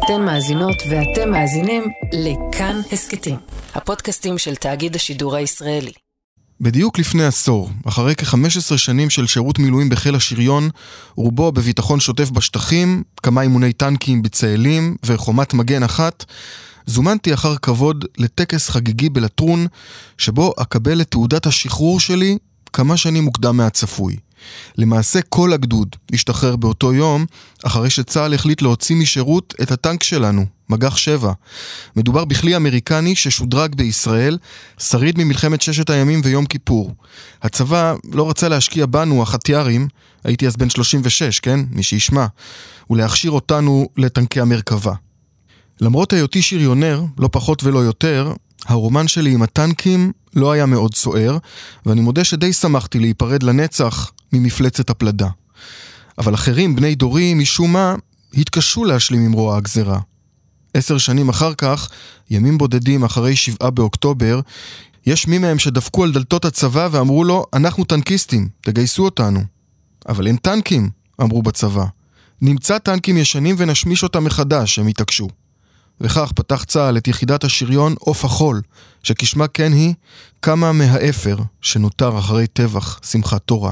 אתן מאזינות ואתם מאזינים לכאן הסקטים, הפודקאסטים של תאגיד השידור הישראלי. בדיוק לפני עשור, אחרי כ-15 שנים של שירות מילואים בחיל השריון, רובו בביטחון שוטף בשטחים, כמה אימוני טנקים בצאלים וחומת מגן אחת, זומנתי אחר כבוד לטקס חגיגי בלטרון, שבו אקבל את תעודת השחרור שלי כמה שנים מוקדם מהצפוי. למעשה כל הגדוד השתחרר באותו יום, אחרי שצה"ל החליט להוציא משירות את הטנק שלנו, מגח 7. מדובר בכלי אמריקני ששודרג בישראל, שריד ממלחמת ששת הימים ויום כיפור. הצבא לא רצה להשקיע בנו, החטיירים, הייתי אז בן 36, כן? מי שישמע, ולהכשיר אותנו לטנקי המרכבה. למרות היותי שריונר, לא פחות ולא יותר, הרומן שלי עם הטנקים לא היה מאוד סוער, ואני מודה שדי שמחתי להיפרד לנצח ממפלצת הפלדה. אבל אחרים, בני דורי, משום מה, התקשו להשלים עם רוע הגזרה. 10 שנים אחר כך, ימים בודדים אחרי 7 באוקטובר, יש מי מהם שדפקו על דלתות הצבא ואמרו לו, אנחנו טנקיסטים, תגייסו אותנו. אבל אין טנקים, אמרו בצבא. נמצא טנקים ישנים ונשמיש אותם מחדש, הם התעקשו. וכך פתח צה"ל את יחידת השריון עוף החול, שכשמה כן היא, כמה מהאפר שנותר אחרי טבח שמחת תורה.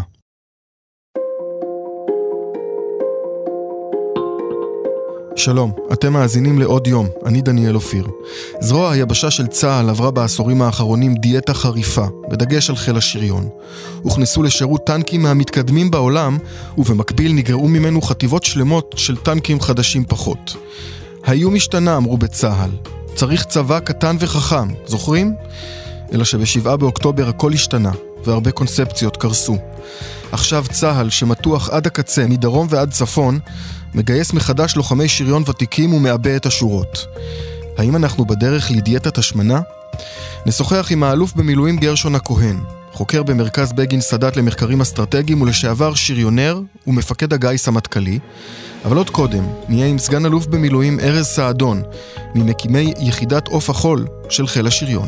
שלום, אתם מאזינים לעוד יום, אני דניאל אופיר. זרוע היבשה של צה"ל עברה בעשורים האחרונים דיאטה חריפה, בדגש על חיל השריון. הוכנסו לשירות טנקים מהמתקדמים בעולם, ובמקביל נגרעו ממנו חטיבות שלמות של טנקים חדשים פחות. האיום השתנה, אמרו בצה"ל. צריך צבא קטן וחכם, זוכרים? אלא שבשבעה באוקטובר הכל השתנה, והרבה קונספציות קרסו. עכשיו צה"ל, שמתוח עד הקצה, מדרום ועד צפון, מגייס מחדש לוחמי שריון ותיקים ומעבה את השורות. האם אנחנו בדרך לדיאטת השמנה? נשוחח עם האלוף במילואים גרשון הכהן, חוקר במרכז בגין סאדאת למחקרים אסטרטגיים ולשעבר שריונר ומפקד הגיס המטכ"לי. אבל עוד קודם, נהיה עם סגן אלוף במילואים ארז סעדון, ממקימי יחידת עוף החול של חיל השריון.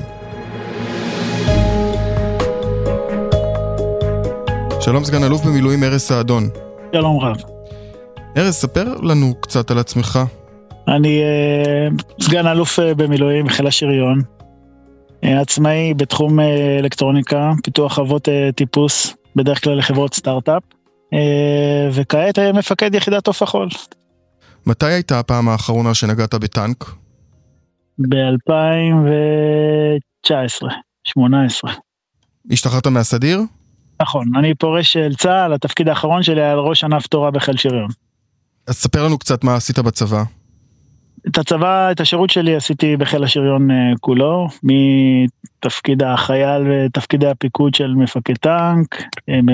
שלום סגן אלוף במילואים ארז סעדון. שלום רב. ארז, ספר לנו קצת על עצמך. אני סגן אלוף במילואים חיל השריון, עצמאי בתחום אלקטרוניקה, פיתוח חוות טיפוס, בדרך כלל לחברות סטארט-אפ, וכעת מפקד יחידת עוף החול. מתי הייתה הפעם האחרונה שנגעת בטנק? ב-2019, 18. השתחררת מהסדיר? נכון, אני פורש של צה"ל, התפקיד האחרון שלי היה ראש ענף תורה בחיל שריון. אז ספר לנו קצת מה עשית בצבא. את השירות שלי עשיתי בחיל השריון כולו, מתפקיד החייל ותפקידי הפיקוד של מפקד טנק,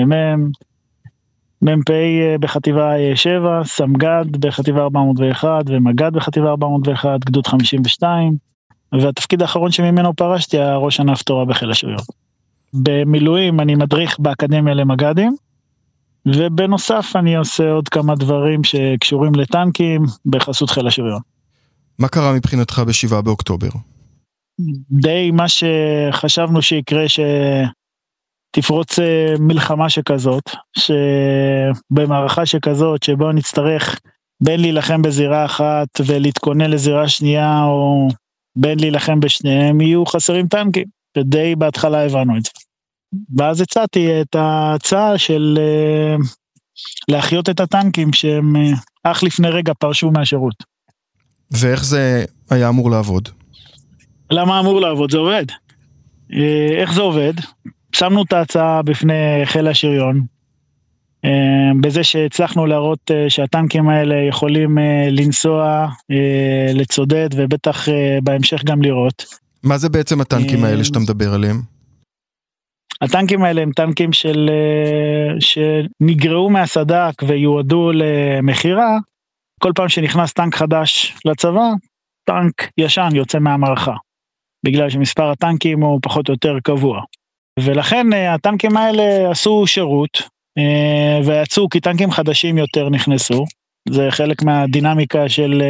מ"פ בחטיבה 7, סמג"ד בחטיבה 401 ומג"ד בחטיבה 401, גדוד 52, והתפקיד האחרון שממנו פרשתי היה ראש ענף תורה בחיל השריון. במילואים אני מדריך באקדמיה למג"דים, ובנוסף אני עושה עוד כמה דברים שקשורים לטנקים בחסות חיל השריון. מה קרה מבחינתך ב7 באוקטובר? די מה שחשבנו שיקרה, שתפרוץ מלחמה שכזאת, שבמערכה שכזאת, שבו נצטרך בין להילחם בזירה אחת ולהתכונן לזירה שנייה, או בין להילחם בשניהם, יהיו חסרים טנקים, ודי בהתחלה הבנו את זה. ואז הצעתי את ההצעה של להחיות את הטנקים, שהם אך לפני רגע פרשו מהשירות. ואיך זה היה אמור לעבוד? למה אמור לעבוד? זה עובד. איך זה עובד? שמנו את ההצעה בפני חיל השריון, בזה שהצלחנו להראות שהטנקים האלה יכולים לנסוע, לצודד, ובטח בהמשך גם לראות. מה זה בעצם הטנקים האלה שאתה מדבר עליהם? הטנקים האלה הם טנקים שנגרעו מהסד"כ ויועדו למחירה. כל פעם שנכנס טנק חדש לצבא, טנק ישן יוצא מהמערכה, בגלל שמספר הטנקים הוא פחות או יותר קבוע. ולכן הטנקים האלה עשו שירות, ויצאו כי טנקים חדשים יותר נכנסו. זה חלק מהדינמיקה של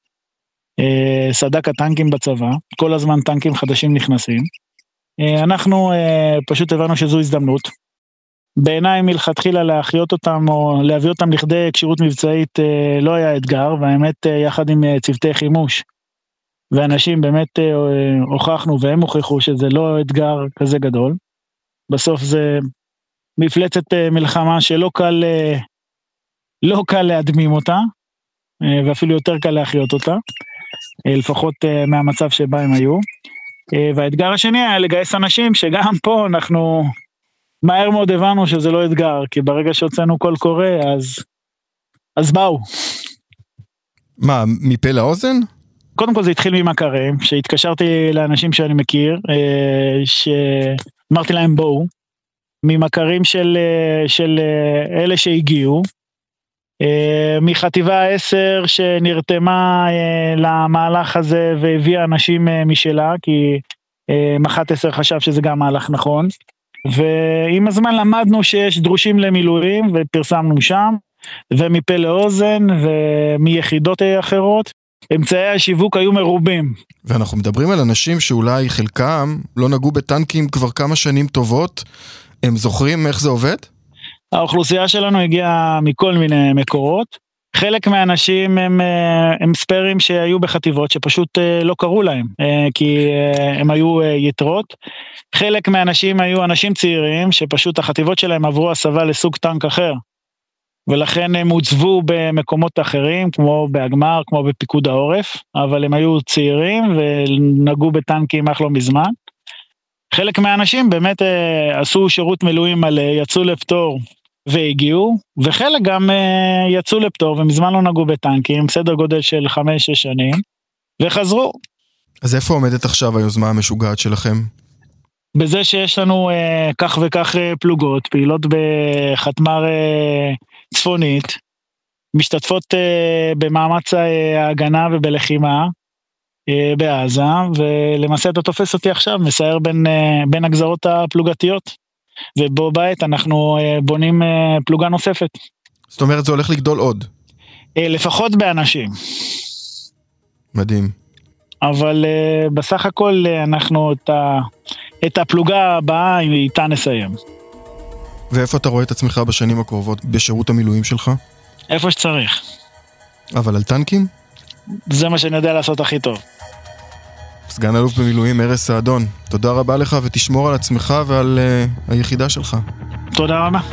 סד"כ הטנקים בצבא, כל הזמן טנקים חדשים נכנסים. אנחנו פשוט הבנו שזו הזדמנות, בעיניי מלכתחילה להחיות אותם או להביא אותם לכדי כשירות מבצעית לא היה אתגר, והאמת יחד עם צוותי חימוש ואנשים באמת הוכחנו והם הוכיחו שזה לא אתגר כזה גדול. בסוף זה מפלצת מלחמה שלא קל להדמים אותה, ואפילו יותר קל להחיות אותה, לפחות מהמצב שבה הם היו. והאתגר השני היה לגייס אנשים שגם פה אנחנו מהר מאוד הבנו שזה לא אתגר, כי ברגע שהוצאנו קול קורא אז באו. מה, מפה לאוזן? קודם כל זה התחיל ממכרים, שהתקשרתי לאנשים שאני מכיר, שאמרתי להם בואו, ממכרים של אלה שהגיעו, מחטיבה 10 שנרתמה למהלך הזה והביאה אנשים משלה, כי מח"ט 10 חשב שזה גם מהלך נכון, ועם הזמן למדנו שיש דרושים למילואים ופרסמנו שם, ומפה לאוזן ומיחידות אחרות, אמצעי השיווק היו מרובים. ואנחנו מדברים על אנשים שאולי חלקם לא נגעו בטנקים כבר כמה שנים טובות, הם זוכרים איך זה עובד? האוכלוסייה שלנו הגיעה מכל מיני מקורות, חלק מהאנשים הם ספרים שהיו בחטיבות שפשוט לא קראו להם, כי הם היו יתרות, חלק מהאנשים היו אנשים צעירים שפשוט החטיבות שלהם עברו הסבה לסוג טנק אחר, ולכן הם הוצבו במקומות אחרים, כמו בהגמר, כמו בפיקוד העורף, אבל הם היו צעירים ונגעו בטנקים אך לא מזמן. חלק מהאנשים באמת עשו שירות מילואים מלא, יצאו לפטור והגיעו, וחלק גם יצאו לפטור ומזמן לא נגעו בטנקים, סדר גודל של 5-6 שנים, וחזרו. אז איפה עומדת עכשיו היוזמה המשוגעת שלכם? בזה שיש לנו כך וכך פלוגות, פעילות בחתמר צפונית, משתתפות במאמץ ההגנה ובלחימה בעזה, ולמעשה אתה תופס אותי עכשיו, מסייר בין הגזרות הפלוגתיות, ובו בעת אנחנו בונים פלוגה נוספת. זאת אומרת זה הולך לגדול עוד? לפחות באנשים. מדהים. אבל בסך הכל אנחנו את הפלוגה הבאה איתה נסיים. ואיפה אתה רואה את עצמך בשנים הקרובות בשירות המילואים שלך? איפה שצריך. אבל על טנקים? זה מה שאני יודע לעשות הכי טוב. סגן אלוף במילואים ארז סעדון, תודה רבה לך ותשמור על עצמך ועל היחידה שלך. תודה רבה.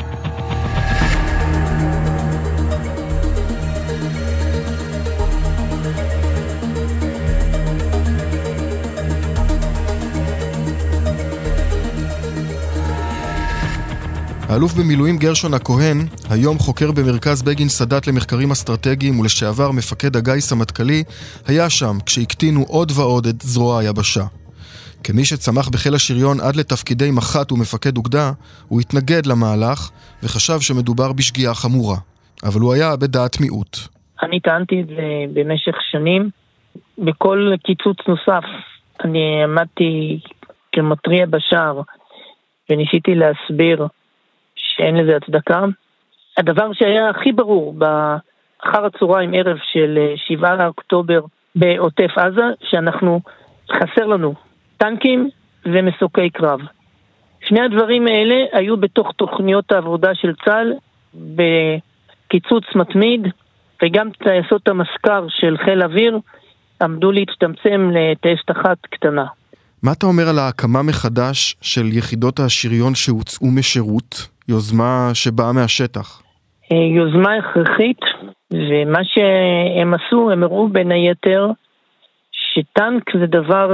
האלוף במילואים גרשון הכהן, היום חוקר במרכז בגין סאדאת למחקרים אסטרטגיים ולשעבר מפקד הגיס המטכ"לי, היה שם כשהקטינו עוד ועוד את זרוע היבשה. כמי שצמח בחיל השריון עד לתפקידי מח"ט ומפקד אוגדה, הוא התנגד למהלך וחשב שמדובר בשגיאה חמורה, אבל הוא היה בדעת מיעוט. אני טענתי את זה במשך שנים, בכל קיצוץ נוסף אני עמדתי כמטריע בשער וניסיתי להסביר שאין לזה הצדקה. הדבר שהיה הכי ברור באחר הצהריים ערב של 7 לאוקטובר בעוטף עזה, שאנחנו חסר לנו טנקים ומסוקי קרב. שני הדברים האלה היו בתוך תוכניות העבודה של צה"ל בקיצוץ מתמיד, וגם טייסות המסקר של חיל אוויר עמדו להצטמצם לטייסת אחת קטנה. מה אתה אומר על ההקמה מחדש של יחידות השריון שהוצאו משירות, יוזמה שבאה מהשטח? יוזמה הכרחית, ומה שהם עשו, הם הראו בין היתר שטנק זה דבר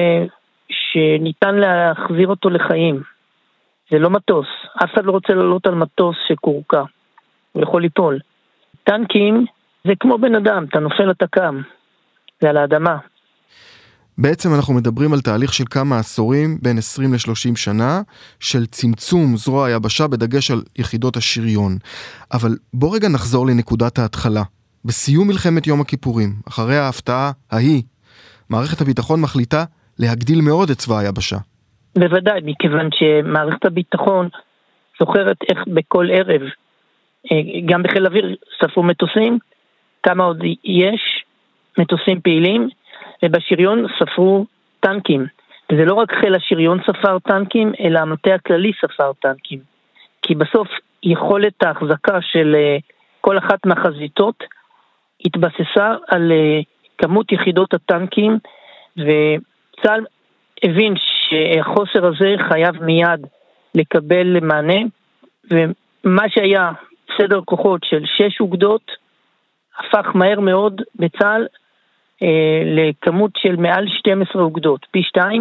שניתן להחזיר אותו לחיים. זה לא מטוס, אף אחד לא רוצה לעלות על מטוס שקורקע, הוא יכול ליפול. טנקים זה כמו בן אדם, אתה נופל אתה קם, זה על האדמה. בעצם אנחנו מדברים על תהליך של כמה עשורים, בין 20 ל-30 שנה, של צמצום זרוע היבשה בדגש על יחידות השריון. אבל בוא רגע נחזור לנקודת ההתחלה. בסיום מלחמת יום הכיפורים, אחרי ההפתעה ההיא, מערכת הביטחון מחליטה להגדיל מאוד את צבא היבשה. בוודאי, מכיוון שמערכת הביטחון זוכרת איך בכל ערב, גם בחיל אוויר ספרו מטוסים, כמה עוד יש מטוסים פעילים, ובשריון ספרו טנקים. וזה לא רק חיל השריון ספר טנקים, אלא המטה הכללי ספר טנקים. כי בסוף יכולת ההחזקה של כל אחת מהחזיתות התבססה על כמות יחידות הטנקים, וצה"ל הבין שהחוסר הזה חייב מיד לקבל מענה, ומה שהיה סדר כוחות של 6 אוגדות, הפך מהר מאוד בצה"ל לכמות של מעל 12 אוגדות, פי 2,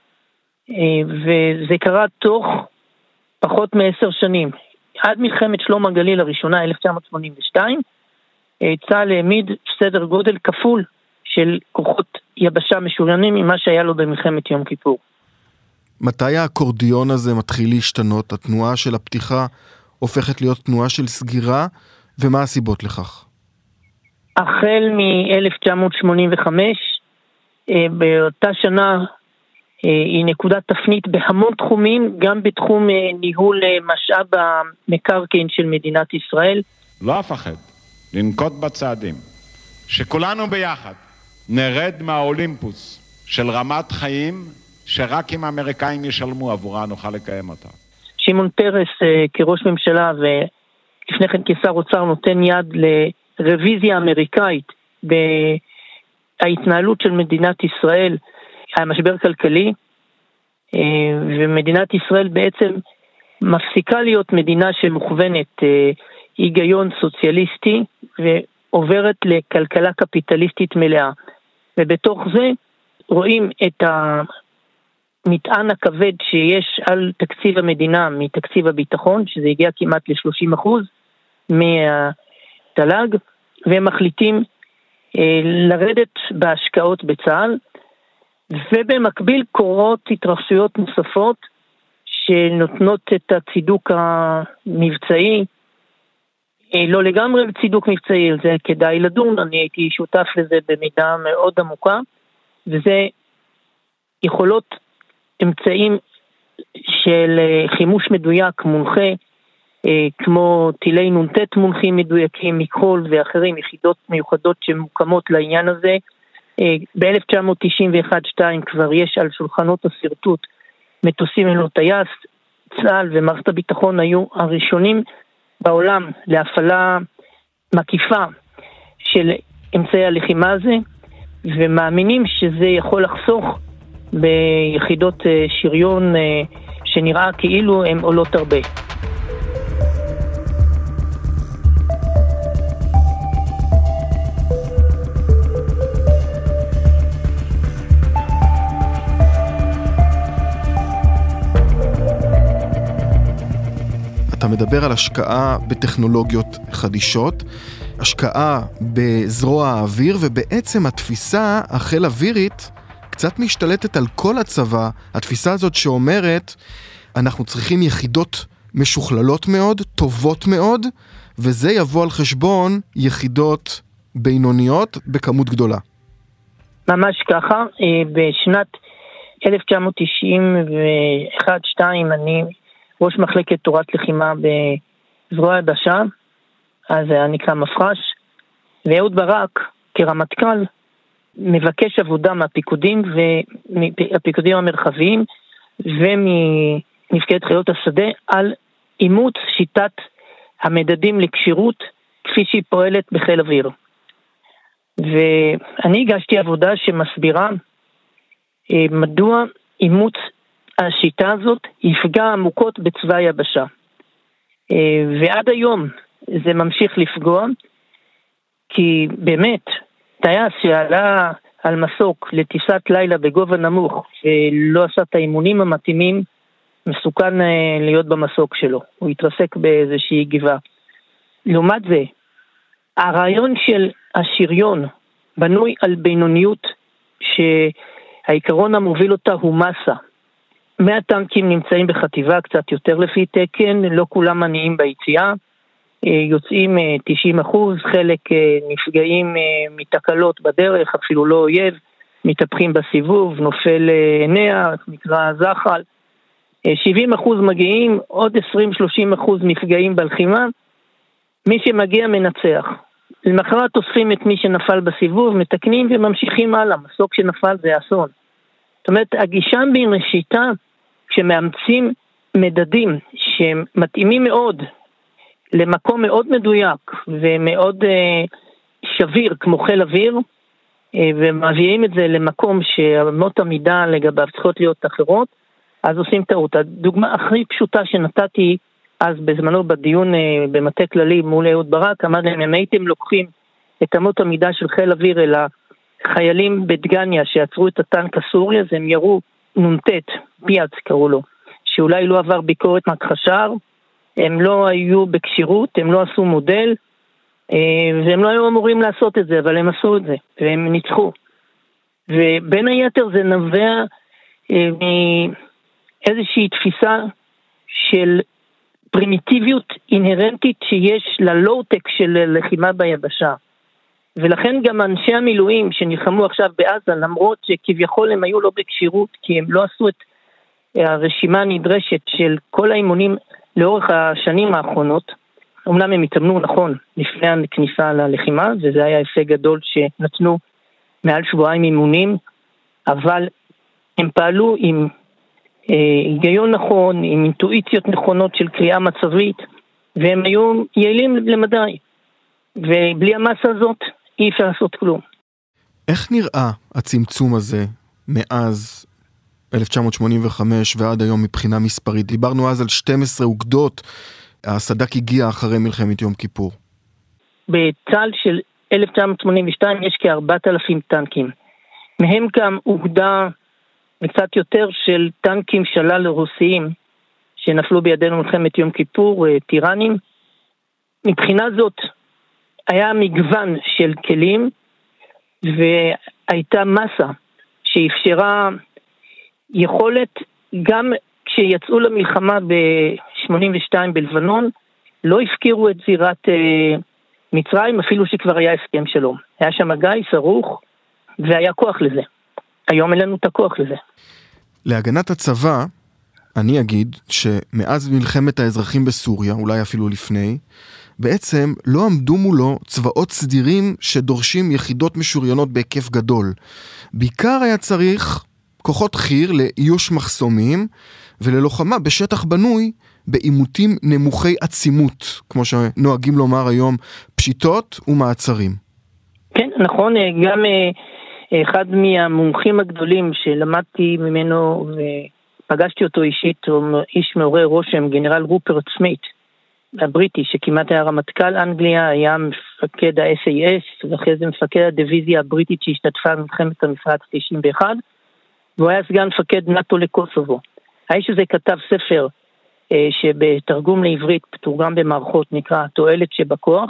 וזה קרה תוך פחות מ10 שנים. עד מלחמת שלום הגליל הראשונה, 1982, צה"ל העמיד סדר גודל כפול של כוחות יבשה משוריינים ממה שהיה לו במלחמת יום כיפור. מתי האקורדיון הזה מתחיל להשתנות? התנועה של הפתיחה הופכת להיות תנועה של סגירה, ומה הסיבות לכך? החל מ-1985, באותה שנה היא נקודת תפנית בהמון תחומים, גם בתחום ניהול משאב המקרקעין של מדינת ישראל. לא אפחד לנקוט בצעדים, שכולנו ביחד נרד מהאולימפוס של רמת חיים, שרק אם האמריקאים ישלמו עבורה נוכל לקיים אותה. שמעון פרס כראש ממשלה ולפני כן כשר אוצר נותן יד לרוויזיה אמריקאית בהתנהלות של מדינת ישראל, המשבר כלכלי, ומדינת ישראל בעצם מפסיקה להיות מדינה שמוכוונת היגיון סוציאליסטי ועוברת לכלכלה קפיטליסטית מלאה. ובתוך זה רואים את המטען הכבד שיש על תקציב המדינה מתקציב הביטחון, שזה הגיע כמעט ל-30% מהתל"ג, והם מחליטים לרדת בהשקעות בצה"ל, ובמקביל קורות התרחשויות נוספות שנותנות את הצידוק המבצעי, לא לגמרי צידוק מבצעי, זה כדאי לדון, אני הייתי שותף לזה במידה מאוד עמוקה, וזה יכולות אמצעים של חימוש מדויק מונחה, כמו טילי נונטט מונחים מדויקים מקול ואחרים, יחידות מיוחדות שמוקמות לעניין הזה. ב-1991-2 כבר יש על שולחנות הסרטוט מטוסים ללא טייס. צה"ל ומערכת הביטחון היו הראשונים בעולם להפעלה מקיפה של אמצעי הלחימה הזה, ומאמינים שזה יכול לחסוך ביחידות שריון שנראה כאילו הן עולות הרבה. אתה מדבר על השקעה בטכנולוגיות חדישות, השקעה בזרוע האוויר, ובעצם התפיסה החיל אווירית קצת משתלטת על כל הצבא, התפיסה הזאת שאומרת, אנחנו צריכים יחידות משוכללות מאוד, טובות מאוד, וזה יבוא על חשבון יחידות בינוניות בכמות גדולה. ממש ככה, בשנת 1991-2 אני ראש מחלקת תורת לחימה בזרוע היבשה, אז זה נקרא מפרש, ואהוד ברק כרמטכ"ל מבקש עבודה מהפיקודים והפיקודים המרחביים וממפקדת חיות השדה על אימוץ שיטת המדדים לקשירות כפי שהיא פועלת בחיל אוויר. ואני הגשתי עבודה שמסבירה מדוע אימוץ השיטה הזאת יפגע עמוקות בצבא היבשה. ועד היום זה ממשיך לפגוע, כי באמת, טייס שעלה על מסוק לטיסת לילה בגובה נמוך, ולא עשה את האימונים המתאימים, מסוכן להיות במסוק שלו. הוא יתרסק באיזושהי גבעה. לעומת זה, הרעיון של השריון בנוי על בינוניות, שהעיקרון המוביל אותה הוא מסה. 100 טנקים נמצאים בחטיבה קצת יותר לפי תקן, לא כולם מניעים ביציאה, יוצאים 90%, חלק נפגעים מתקלות בדרך, אפילו לא אויב, מתהפכים בסיבוב, נופל עיניה, נקרא זחל, 70% מגיעים, עוד 20-30% נפגעים בלחימה, מי שמגיע מנצח. למחרת אוספים את מי שנפל בסיבוב, מתקנים וממשיכים הלאה, מסוק שנפל זה אסון. זאת אומרת, הגישה בראשיתה, כשמאמצים מדדים שמתאימים מאוד למקום מאוד מדויק ומאוד שביר כמו חיל אוויר, ומביאים את זה למקום שאמות המידה לגביו צריכות להיות אחרות, אז עושים טעות. הדוגמה הכי פשוטה שנתתי אז בזמנו בדיון במטה כללי מול אהוד ברק, אמר להם, אם הייתם לוקחים את אמות המידה של חיל אוויר אל החיילים בדגניה שעצרו את הטנק הסורי, אז הם יראו נונטט, פיאץ קראו לו, שאולי לא עבר ביקורת מהכחשר, הם לא היו בקשירות, הם לא עשו מודל, והם לא היו אמורים לעשות את זה, אבל הם עשו את זה, והם ניצחו. ובין היתר זה נובע מאיזושהי תפיסה של פרימיטיביות אינהרנטית שיש ללואו-טק של לחימה ביבשה. ולכן גם אנשי המילואים שנלחמו עכשיו בעזה, למרות שכביכול הם היו לא בקשירות, כי הם לא עשו את הרשימה הנדרשת של כל האימונים לאורך השנים האחרונות, אומנם הם התאמנו נכון לפני הכניסה ללחימה, וזה היה הישג גדול שנתנו מעל שבועיים אימונים, אבל הם פעלו עם היגיון נכון, עם אינטואיציות נכונות של קריאה מצבית, והם היו יעילים למדי, ובלי המסה הזאת אי אפשר לעשות כלום. איך נראה הצמצום הזה מאז 1985 ועד היום מבחינה מספרית? דיברנו אז על 12 אוגדות, הסד"כ הגיע אחרי מלחמת יום כיפור. בצה"ל של 1982 יש כ-4,000 טנקים. מהם גם אוגדה וקצת יותר של טנקים שלל רוסיים שנפלו בידינו מלחמת יום כיפור, טירנים. מבחינה זאת היה מגוון של כלים והייתה מסה שאפשרה יכולת גם כשיצאו למלחמה ב-82 בלבנון, לא הפקירו את זירת מצרים, אפילו שכבר היה הסכם שלום. היה שם גיס ערוך, והיה כוח לזה. היום אין לנו את הכוח לזה. להגנת הצבא, אני אגיד שמאז מלחמת האזרחים בסוריה, אולי אפילו לפני, בעצם לא עמדו מולו צבאות סדירים שדורשים יחידות משוריינות בהיקף גדול. בעיקר היה צריך כוחות חי"ר לאיוש מחסומים, וללוחמה בשטח בנוי בעימותים נמוכי עצימות, כמו שנוהגים לומר היום, פשיטות ומעצרים. כן, נכון, גם אחד מהמומחים הגדולים שלמדתי ממנו ופגשתי אותו אישית, הוא איש מעורר רושם, גנרל רופרט סמית, הבריטי, שכמעט היה רמטכ"ל אנגליה, היה מפקד ה-SAS, ואחרי זה מפקד הדיוויזיה הבריטית שהשתתפה במלחמת המפרץ 91, והוא היה סגן מפקד נאטו לקוסובו. האיש הזה כתב ספר שבתרגום לעברית, תורגם במערכות, נקרא התועלת שבכוח,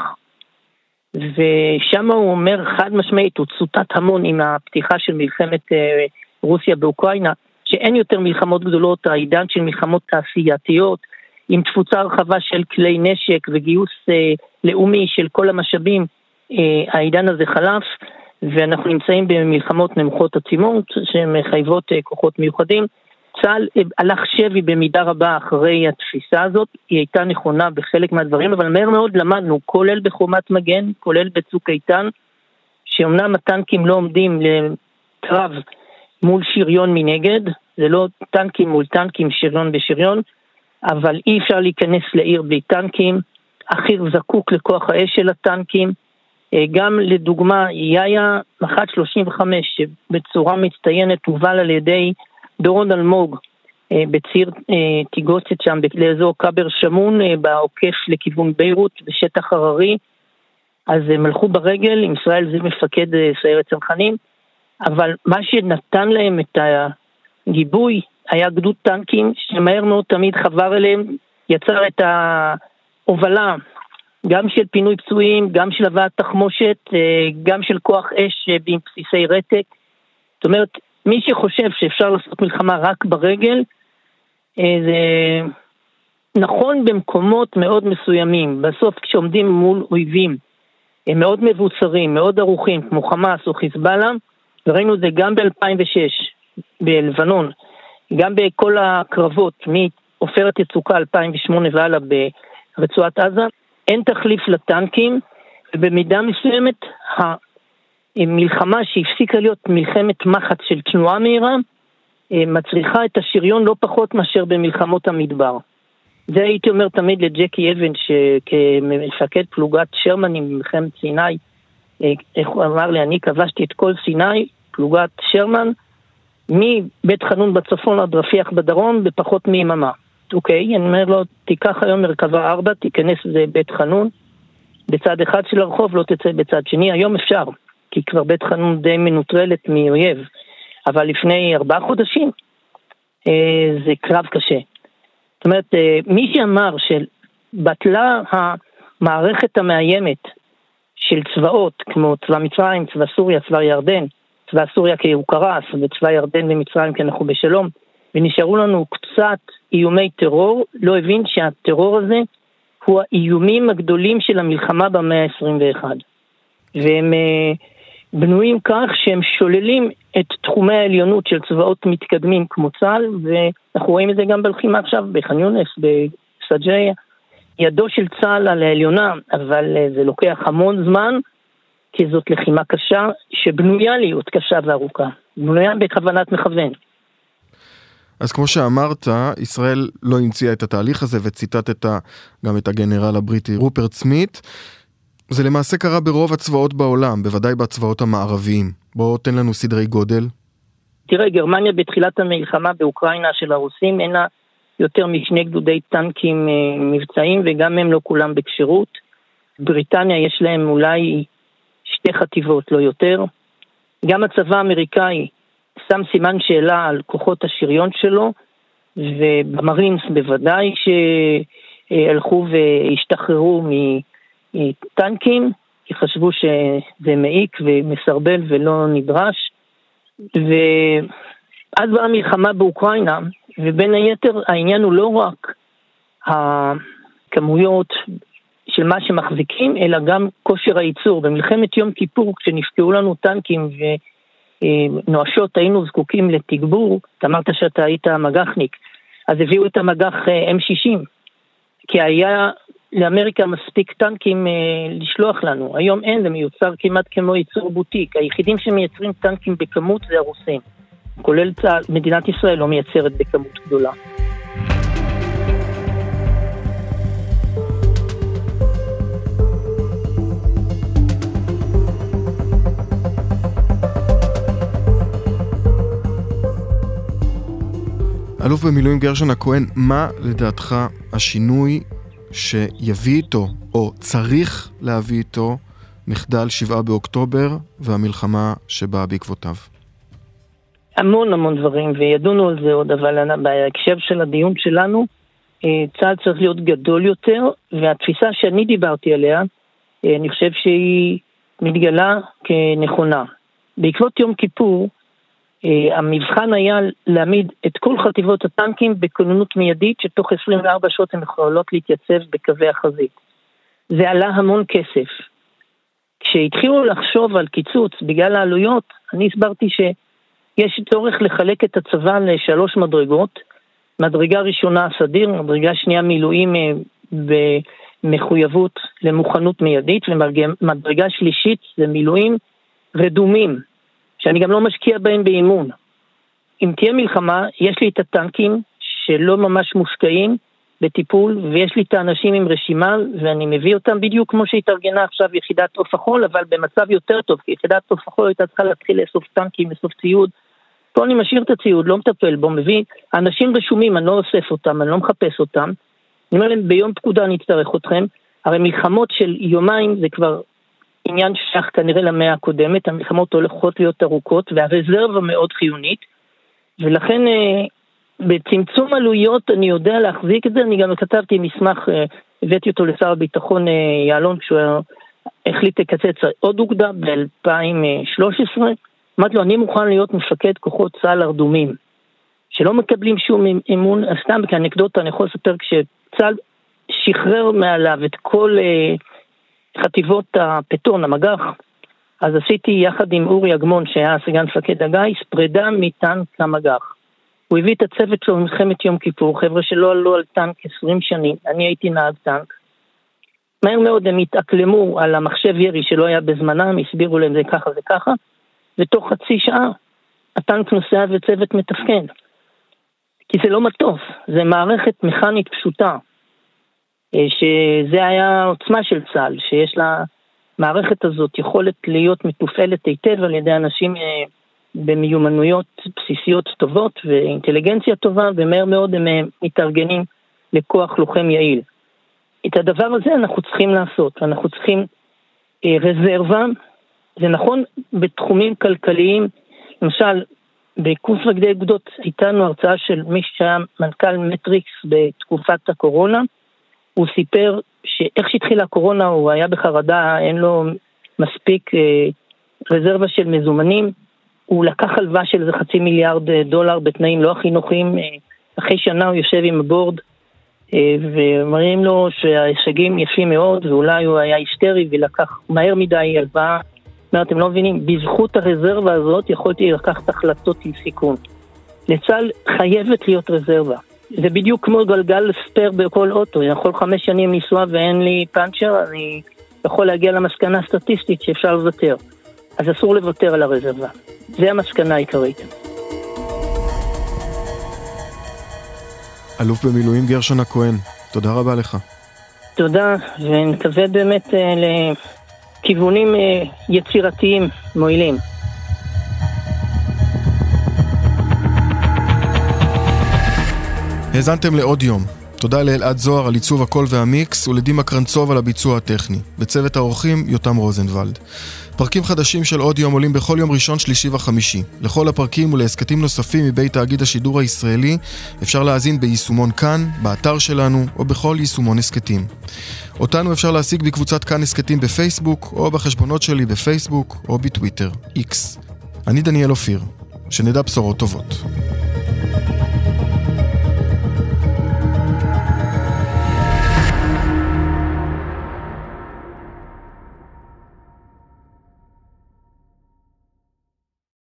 ושם הוא אומר חד משמעית, הוא צוטט המון עם הפתיחה של מלחמת רוסיה באוקראינה, שאין יותר מלחמות גדולות, העידן של מלחמות תעשייתיות, עם תפוצה רחבה של כלי נשק וגיוס לאומי של כל המשאבים, העידן הזה חלף, ואנחנו נמצאים במלחמות נמוכות עצימות, שמחייבות כוחות מיוחדים. צה"ל הלך שבי במידה רבה אחרי התפיסה הזאת, היא הייתה נכונה בחלק מהדברים, אבל מהר מאוד למדנו, כולל בחומת מגן, כולל בצוק איתן, שאומנם הטנקים לא עומדים לקרב מול שריון מנגד, זה לא טנקים מול טנקים, שריון בשריון, אבל אי אפשר להיכנס לעיר בלי טנקים, החי"ר זקוק לכוח האש של הטנקים, גם לדוגמה יאיה מח"ט 35 שבצורה מצטיינת הובל על ידי דורון אלמוג בציר תיגוצת שם לאזור קבר שמון בעוקף לכיוון ביירות בשטח הררי, אז הם הלכו ברגל עם ישראל זיו מפקד סיירת צנחנים, אבל מה שנתן להם את הגיבוי היה גדוד טנקים שמהר מאוד תמיד חבר אליהם, יצר את ההובלה גם של פינוי פצועים, גם של הבאת תחמושת, גם של כוח אש עם בסיסי רתק. זאת אומרת, מי שחושב שאפשר לעשות מלחמה רק ברגל, זה נכון במקומות מאוד מסוימים. בסוף כשעומדים מול אויבים, הם מאוד מבוצרים, מאוד ערוכים, כמו חמאס או חיזבאללה, וראינו את זה גם ב-2006 בלבנון, גם בכל הקרבות, מעופרת יצוקה 2008 והלאה ברצועת עזה, אין תחליף לטנקים, ובמידה מסוימת המלחמה שהפסיקה להיות מלחמת מחץ של תנועה מהירה, מצריכה את השריון לא פחות מאשר במלחמות המדבר. זה הייתי אומר תמיד לג'קי אבן, שכמפקד פלוגת שרמנים במלחמת סיני, איך הוא אמר לי, אני כבשתי את כל סיני, פלוגת שרמן, מבית חנון בצפון עד רפיח בדרום, בפחות מיממה. אוקיי, אני אומר לו, תיקח היום מרכבה 4, תיכנס לבית חנון, בצד אחד של הרחוב, לא תצא בצד שני. היום אפשר, כי כבר בית חנון די מנוטרלת מאויב, אבל לפני 4 חודשים, זה קרב קשה. זאת אומרת, מי שאמר שבטלה המערכת המאיימת של צבאות, כמו צבא מצרים, צבא סוריה, צבא ירדן, צבא סוריה כי הוא קרס, וצבא ירדן ומצרים כי אנחנו בשלום, ונשארו לנו קצת איומי טרור, לא הבין שהטרור הזה הוא האיומים הגדולים של המלחמה במאה ה-21. והם בנויים כך שהם שוללים את תחומי העליונות של צבאות מתקדמים כמו צה"ל, ואנחנו רואים את זה גם בלחימה עכשיו בח'אן יונס, בסג'איה. ידו של צה"ל על העליונה, אבל זה לוקח המון זמן, כי זאת לחימה קשה שבנויה להיות קשה וארוכה, בנויה בכוונת מכוון. אז כמו שאמרת, ישראל לא המציאה את התהליך הזה, וציטטת גם את הגנרל הבריטי רופרט סמית. זה למעשה קרה ברוב הצבאות בעולם, בוודאי בצבאות המערביים. בואו תן לנו סדרי גודל. תראה, גרמניה בתחילת המלחמה באוקראינה של הרוסים, אינה יותר משני גדודי טנקים מבצעים, וגם הם לא כולם בקשירות. בריטניה יש להם אולי 2 חטיבות, לא יותר. גם הצבא האמריקאי שם סימן שאלה על כוחות השריון שלו, ובמרינס בוודאי שהלכו והשתחררו מטנקים, כי חשבו שזה מעיק ומסרבל ולא נדרש. ואז באה המלחמה באוקראינה, ובין היתר העניין הוא לא רק הכמויות של מה שמחזיקים, אלא גם כושר הייצור. במלחמת יום כיפור, כשנפקעו לנו טנקים ונואשות, היינו זקוקים לתגבור. אתה אמרת שאתה היית מגחניק, אז הביאו את המגח M60, כי היה לאמריקה מספיק טנקים לשלוח לנו. היום אין, זה מיוצר כמעט כמו ייצור בוטיק. היחידים שמייצרים טנקים בכמות זה הרוסים, כולל מדינת ישראל לא מייצרת בכמות גדולה. אלוף במילואים גרשון הכהן, מה לדעתך השינוי שיביא איתו, או צריך להביא איתו, מחדל 7 באוקטובר והמלחמה שבאה בעקבותיו? המון דברים, וידונו על זה עוד, אבל בהקשר של הדיון שלנו, צה"ל צריך להיות גדול יותר, והתפיסה שאני דיברתי עליה, אני חושב שהיא מתגלה כנכונה. בעקבות יום כיפור, המבחן היה להעמיד את כל חטיבות הטנקים בכוננות מיידית, שתוך 24 שעות הן יכולות להתייצב בקווי החזית. זה עלה המון כסף. כשהתחילו לחשוב על קיצוץ בגלל העלויות, אני הסברתי שיש צורך לחלק את הצבא ל3 מדרגות. מדרגה ראשונה סדיר, מדרגה שנייה מילואים במחויבות למוכנות מיידית, ומדרגה שלישית זה מילואים רדומים, שאני גם לא משקיע בהם באימון. אם תהיה מלחמה, יש לי את הטנקים שלא ממש מושקעים בטיפול, ויש לי את האנשים עם רשימה, ואני מביא אותם בדיוק כמו שהתארגנה עכשיו יחידת עוף החול, אבל במצב יותר טוב, כי יחידת עוף החול הייתה צריכה להתחיל לאסוף טנקים, לאסוף ציוד. פה אני משאיר את הציוד, לא מטפל בו, מביא אנשים רשומים, אני לא אוסף אותם, אני לא מחפש אותם. אני אומר להם, ביום פקודה אני אצטרך אתכם. הרי מלחמות של יומיים זה כבר עניין ששייך כנראה למאה הקודמת, המלחמות הולכות להיות ארוכות, והרזרבה מאוד חיונית, ולכן בצמצום עלויות אני יודע להחזיק את זה. אני גם כתבתי מסמך, הבאתי אותו לשר הביטחון יעלון, כשהוא החליט לקצץ עוד אוגדה ב-2013, אמרתי לו, אני מוכן להיות מפקד כוחות צה"ל הרדומים, שלא מקבלים שום אמון. סתם כאנקדוטה אני יכול לספר, כשצה"ל שחרר מעליו את כל חטיבות הפטון, המגח, אז עשיתי יחד עם אורי אגמון, שהיה סגן מפקד הגיס, פרידה מטנק המגח. הוא הביא את הצוות שלו במלחמת יום כיפור, חבר'ה שלא עלו על טנק 20 שנים, אני הייתי נהג טנק. מהר מאוד הם התאקלמו על המחשב ירי שלא היה בזמנם, הסבירו להם זה ככה, ותוך חצי שעה הטנק נוסע וצוות מתפקד. כי זה לא מטוס, זה מערכת מכנית פשוטה. שזה היה העוצמה של צה"ל, שיש למערכת הזאת יכולת להיות מתופעלת היטב על ידי אנשים במיומנויות בסיסיות טובות ואינטליגנציה טובה, ומהר מאוד הם מתארגנים לכוח לוחם יעיל. את הדבר הזה אנחנו צריכים לעשות, אנחנו צריכים רזרבה, זה נכון בתחומים כלכליים, למשל בקורס מפקדי אוגדות הייתה לנו הרצאה של מי שהיה מנכ"ל מטריקס בתקופת הקורונה, הוא סיפר שאיך שהתחילה הקורונה הוא היה בחרדה, אין לו מספיק רזרבה של מזומנים, הוא לקח הלוואה של $500 מיליון בתנאים לא הכי נוחים, אחרי שנה הוא יושב עם הבורד, ומראים לו שההישגים יפים מאוד, ואולי הוא היה היסטרי ולקח מהר מדי הלוואה. אתם לא מבינים, בזכות הרזרבה הזאת יכולתי לקחת החלטות עם סיכון. לצה"ל חייבת להיות רזרבה. זה בדיוק כמו גלגל ספר בכל אוטו, אני יכול 5 שנים לנסוע ואין לי פאנצ'ר, אני יכול להגיע למסקנה סטטיסטית שאפשר לוותר. אז אסור לוותר על הרזרבה. זה המסקנה העיקרית. אלוף במילואים גרשון הכהן, תודה רבה לך. תודה, ונקווה באמת לכיוונים יצירתיים מועילים. האזנתם לעוד יום. תודה לאלעד זוהר על עיצוב הקול והמיקס ולדימה קרנצוב על הביצוע הטכני. בצוות האורחים יותם רוזנבלד. פרקים חדשים של עוד יום עולים בכל יום ראשון, שלישי וחמישי. לכל הפרקים ולהסקטים נוספים מבית תאגיד השידור הישראלי אפשר להאזין ביישומון כאן, באתר שלנו או בכל יישומון הסקטים. אותנו אפשר להשיג בקבוצת כאן הסקטים בפייסבוק או בחשבונות שלי בפייסבוק או בטוויטר, X. אני דניאל אופיר. שנדע בשורות טובות.